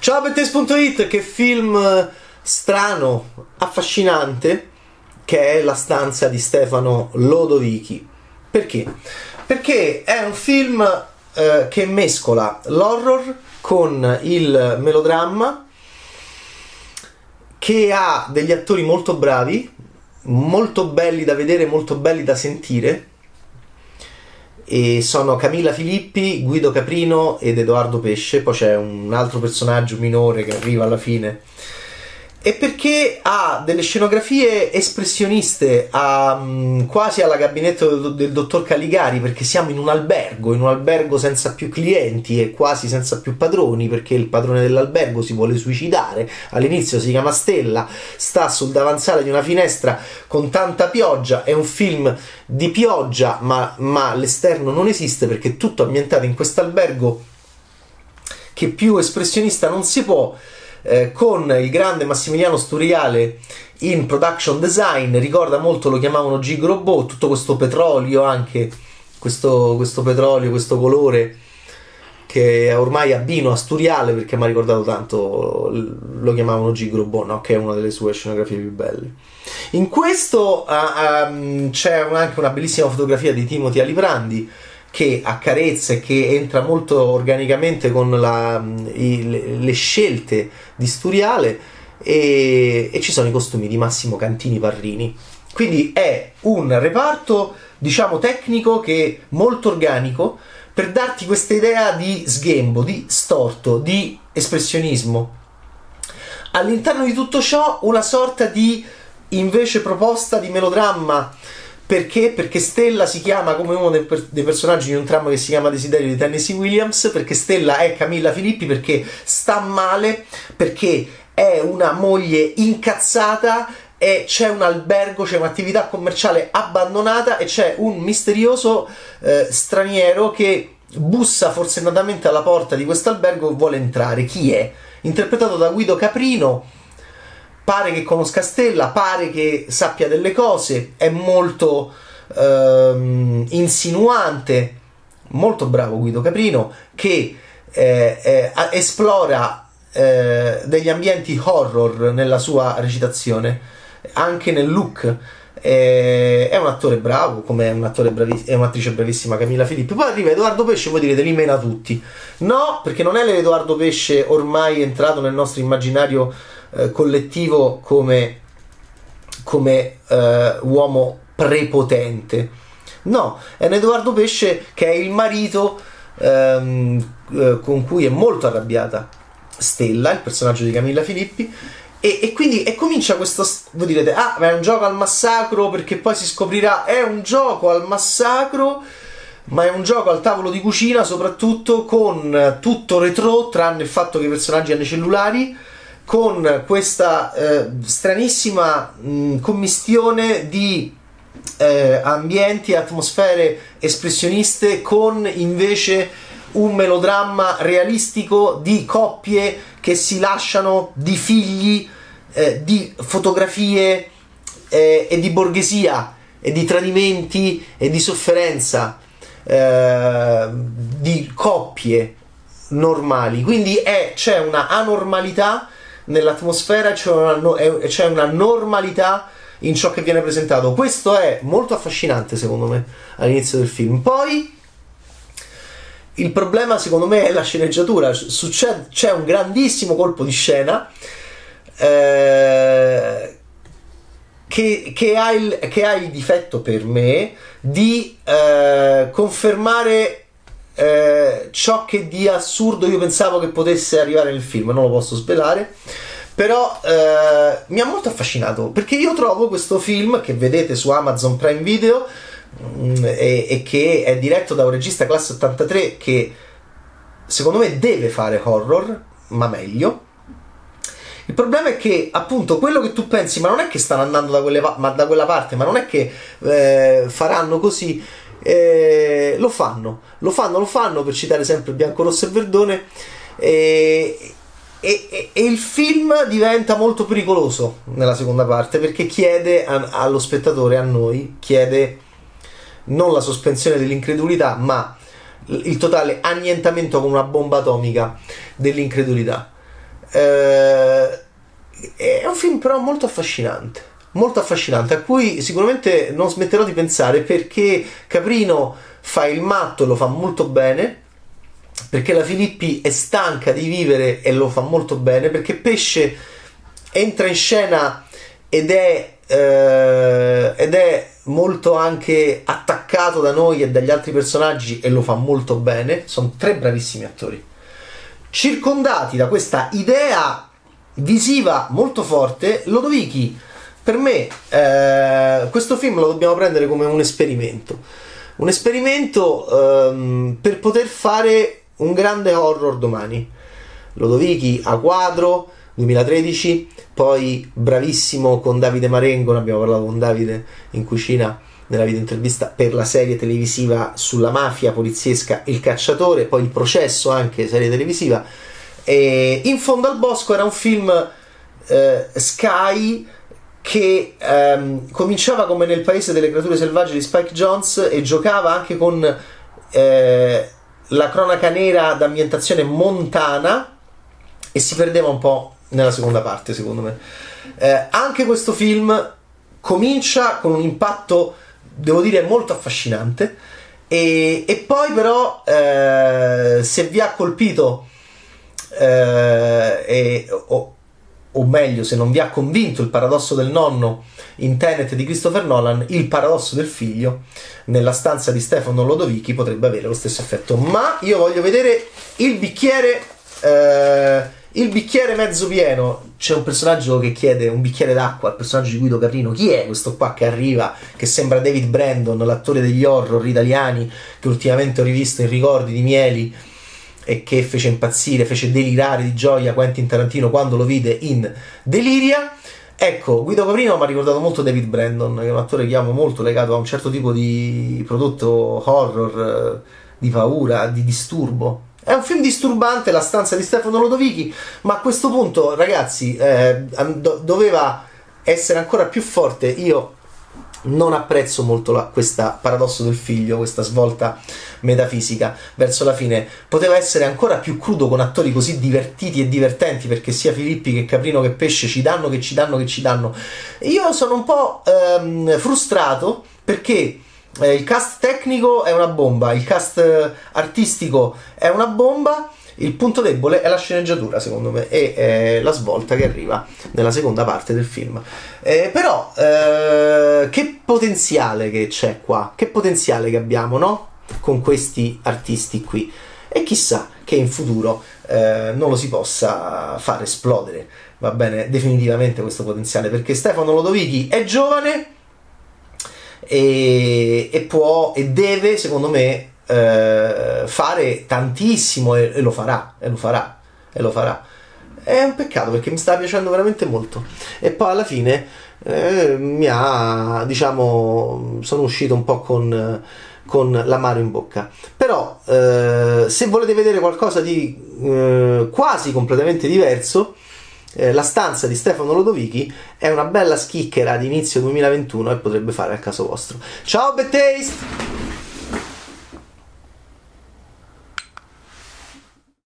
Ciao Bettes.it, che film strano, affascinante che è La stanza di Stefano Lodovichi. Perché? Perché è un film che mescola l'horror con il melodramma, che ha degli attori molto bravi, molto belli da vedere, molto belli da sentire, e sono Camilla Filippi, Guido Caprino ed Edoardo Pesce. Poi c'è un altro personaggio minore che arriva alla fine. E perché ha delle scenografie espressioniste, quasi alla Gabinetto del dottor Caligari, perché siamo in un albergo senza più clienti e quasi senza più padroni, perché il padrone dell'albergo si vuole suicidare. All'inizio si chiama Stella, sta sul davanzale di una finestra con tanta pioggia. È un film di pioggia, ma l'esterno non esiste, perché è tutto ambientato in quest'albergo che più espressionista non si può. Con il grande Massimiliano Sturiale in production design, ricorda molto, lo chiamavano Gigrobot, tutto questo petrolio, anche questo petrolio, questo colore che ormai abbino a Sturiale, perché mi ha ricordato tanto, lo chiamavano Gigrobot, no? Che è una delle sue scenografie più belle. In questo c'è anche una bellissima fotografia di Timothy Aliprandi, che accarezza e che entra molto organicamente con le scelte di Sturiale, e ci sono i costumi di Massimo Cantini Parrini. Quindi è un reparto, diciamo, tecnico, che molto organico, per darti questa idea di sghembo, di storto, di espressionismo. All'interno di tutto ciò una sorta di, invece, proposta di melodramma. Perché? Perché Stella si chiama come uno dei personaggi di un tram che si chiama Desiderio di Tennessee Williams, perché Stella è Camilla Filippi, perché sta male, perché è una moglie incazzata, e c'è un albergo, c'è un'attività commerciale abbandonata, e c'è un misterioso straniero che bussa forsennatamente alla porta di questo albergo e vuole entrare. Chi è? Interpretato da Guido Caprino. Pare che conosca Stella, pare che sappia delle cose, è molto insinuante, molto bravo Guido Caprino, che esplora degli ambienti horror nella sua recitazione, anche nel look. È un attore bravo, come è un'attrice bravissima Camilla Filippi. Poi arriva Edoardo Pesce, voi direte li mena tutti. No, perché non è l'Edoardo Pesce ormai entrato nel nostro immaginario collettivo come uomo prepotente. No, è un Edoardo Pesce che è il marito con cui è molto arrabbiata Stella, il personaggio di Camilla Filippi, e quindi comincia questo. Voi direte, ma è un gioco al massacro, perché poi si scoprirà. È un gioco al massacro, ma è un gioco al tavolo di cucina, soprattutto con tutto retro, tranne il fatto che i personaggi hanno i cellulari, con questa stranissima commistione di ambienti e atmosfere espressioniste, con invece un melodramma realistico di coppie che si lasciano, di figli, di fotografie e di borghesia e di tradimenti e di sofferenza, di coppie normali. Quindi c'è una anormalità nell'atmosfera, c'è una normalità in ciò che viene presentato. Questo è molto affascinante, secondo me, all'inizio del film. Poi il problema, secondo me, è la sceneggiatura. C'è un grandissimo colpo di scena che ha il difetto, per me, di confermare ciò che di assurdo io pensavo che potesse arrivare nel film. Non lo posso svelare, però mi ha molto affascinato, perché io trovo questo film, che vedete su Amazon Prime Video, e che è diretto da un regista classe 83 che secondo me deve fare horror, ma meglio. Il problema è che, appunto, quello che tu pensi, ma non è che stanno andando da quella parte, ma non è che faranno così. Lo fanno, per citare sempre Bianco, Rosso e Verdone, e il film diventa molto pericoloso nella seconda parte, perché chiede allo spettatore, a noi, chiede non la sospensione dell'incredulità, ma il totale annientamento con una bomba atomica dell'incredulità. è un film però molto affascinante, a cui sicuramente non smetterò di pensare, perché Caprino fa il matto e lo fa molto bene, perché la Filippi è stanca di vivere e lo fa molto bene, perché Pesce entra in scena ed è molto anche attaccato da noi e dagli altri personaggi e lo fa molto bene. Sono 3 bravissimi attori, circondati da questa idea visiva molto forte. Lodovichi, per me, questo film lo dobbiamo prendere come un esperimento per poter fare un grande horror domani. Lodovichi a quadro 2013, poi bravissimo con Davide Marengo, ne abbiamo parlato con Davide in cucina nella videointervista, per la serie televisiva sulla mafia poliziesca Il Cacciatore, poi Il Processo, anche serie televisiva. E In fondo al bosco era un film Sky che cominciava come Nel paese delle creature selvagge di Spike Jonze e giocava anche con la cronaca nera d'ambientazione montana, e si perdeva un po' nella seconda parte, secondo me. Anche questo film comincia con un impatto, devo dire, molto affascinante, e poi però se vi ha colpito o meglio, se non vi ha convinto il paradosso del nonno in Tenet di Christopher Nolan, il paradosso del figlio nella stanza di Stefano Lodovichi potrebbe avere lo stesso effetto. Ma io voglio vedere il bicchiere mezzo pieno. C'è un personaggio che chiede un bicchiere d'acqua al personaggio di Guido Caprino. Chi è questo qua che arriva, che sembra David Brandon, l'attore degli horror italiani che ultimamente ho rivisto in Ricordi di Mieli e che fece impazzire, fece delirare di gioia Quentin Tarantino quando lo vide in Deliria? Ecco, Guido Caprino mi ha ricordato molto David Brandon, che è un attore che amo molto, legato a un certo tipo di prodotto horror, di paura, di disturbo. È un film disturbante, La stanza di Stefano Lodovichi, ma a questo punto, ragazzi, doveva essere ancora più forte. Io non apprezzo molto questa paradosso del figlio, questa svolta metafisica verso la fine. Poteva essere ancora più crudo, con attori così divertiti e divertenti, perché sia Filippi che Caprino che Pesce ci danno. Io sono un po' frustrato, perché il cast tecnico è una bomba, il cast artistico è una bomba. Il punto debole è la sceneggiatura, secondo me, e la svolta che arriva nella seconda parte del film. Però che potenziale che c'è qua, che potenziale che abbiamo, no? Con questi artisti qui. E chissà che in futuro non lo si possa far esplodere, va bene, definitivamente questo potenziale, perché Stefano Lodovichi è giovane e può e deve, secondo me, fare tantissimo, e lo farà. È un peccato, perché mi sta piacendo veramente molto, e poi alla fine sono uscito un po' con l'amaro in bocca. Però se volete vedere qualcosa di quasi completamente diverso, La stanza di Stefano Lodovichi è una bella schicchera di inizio 2021 e potrebbe fare al caso vostro. Ciao Bad Taste!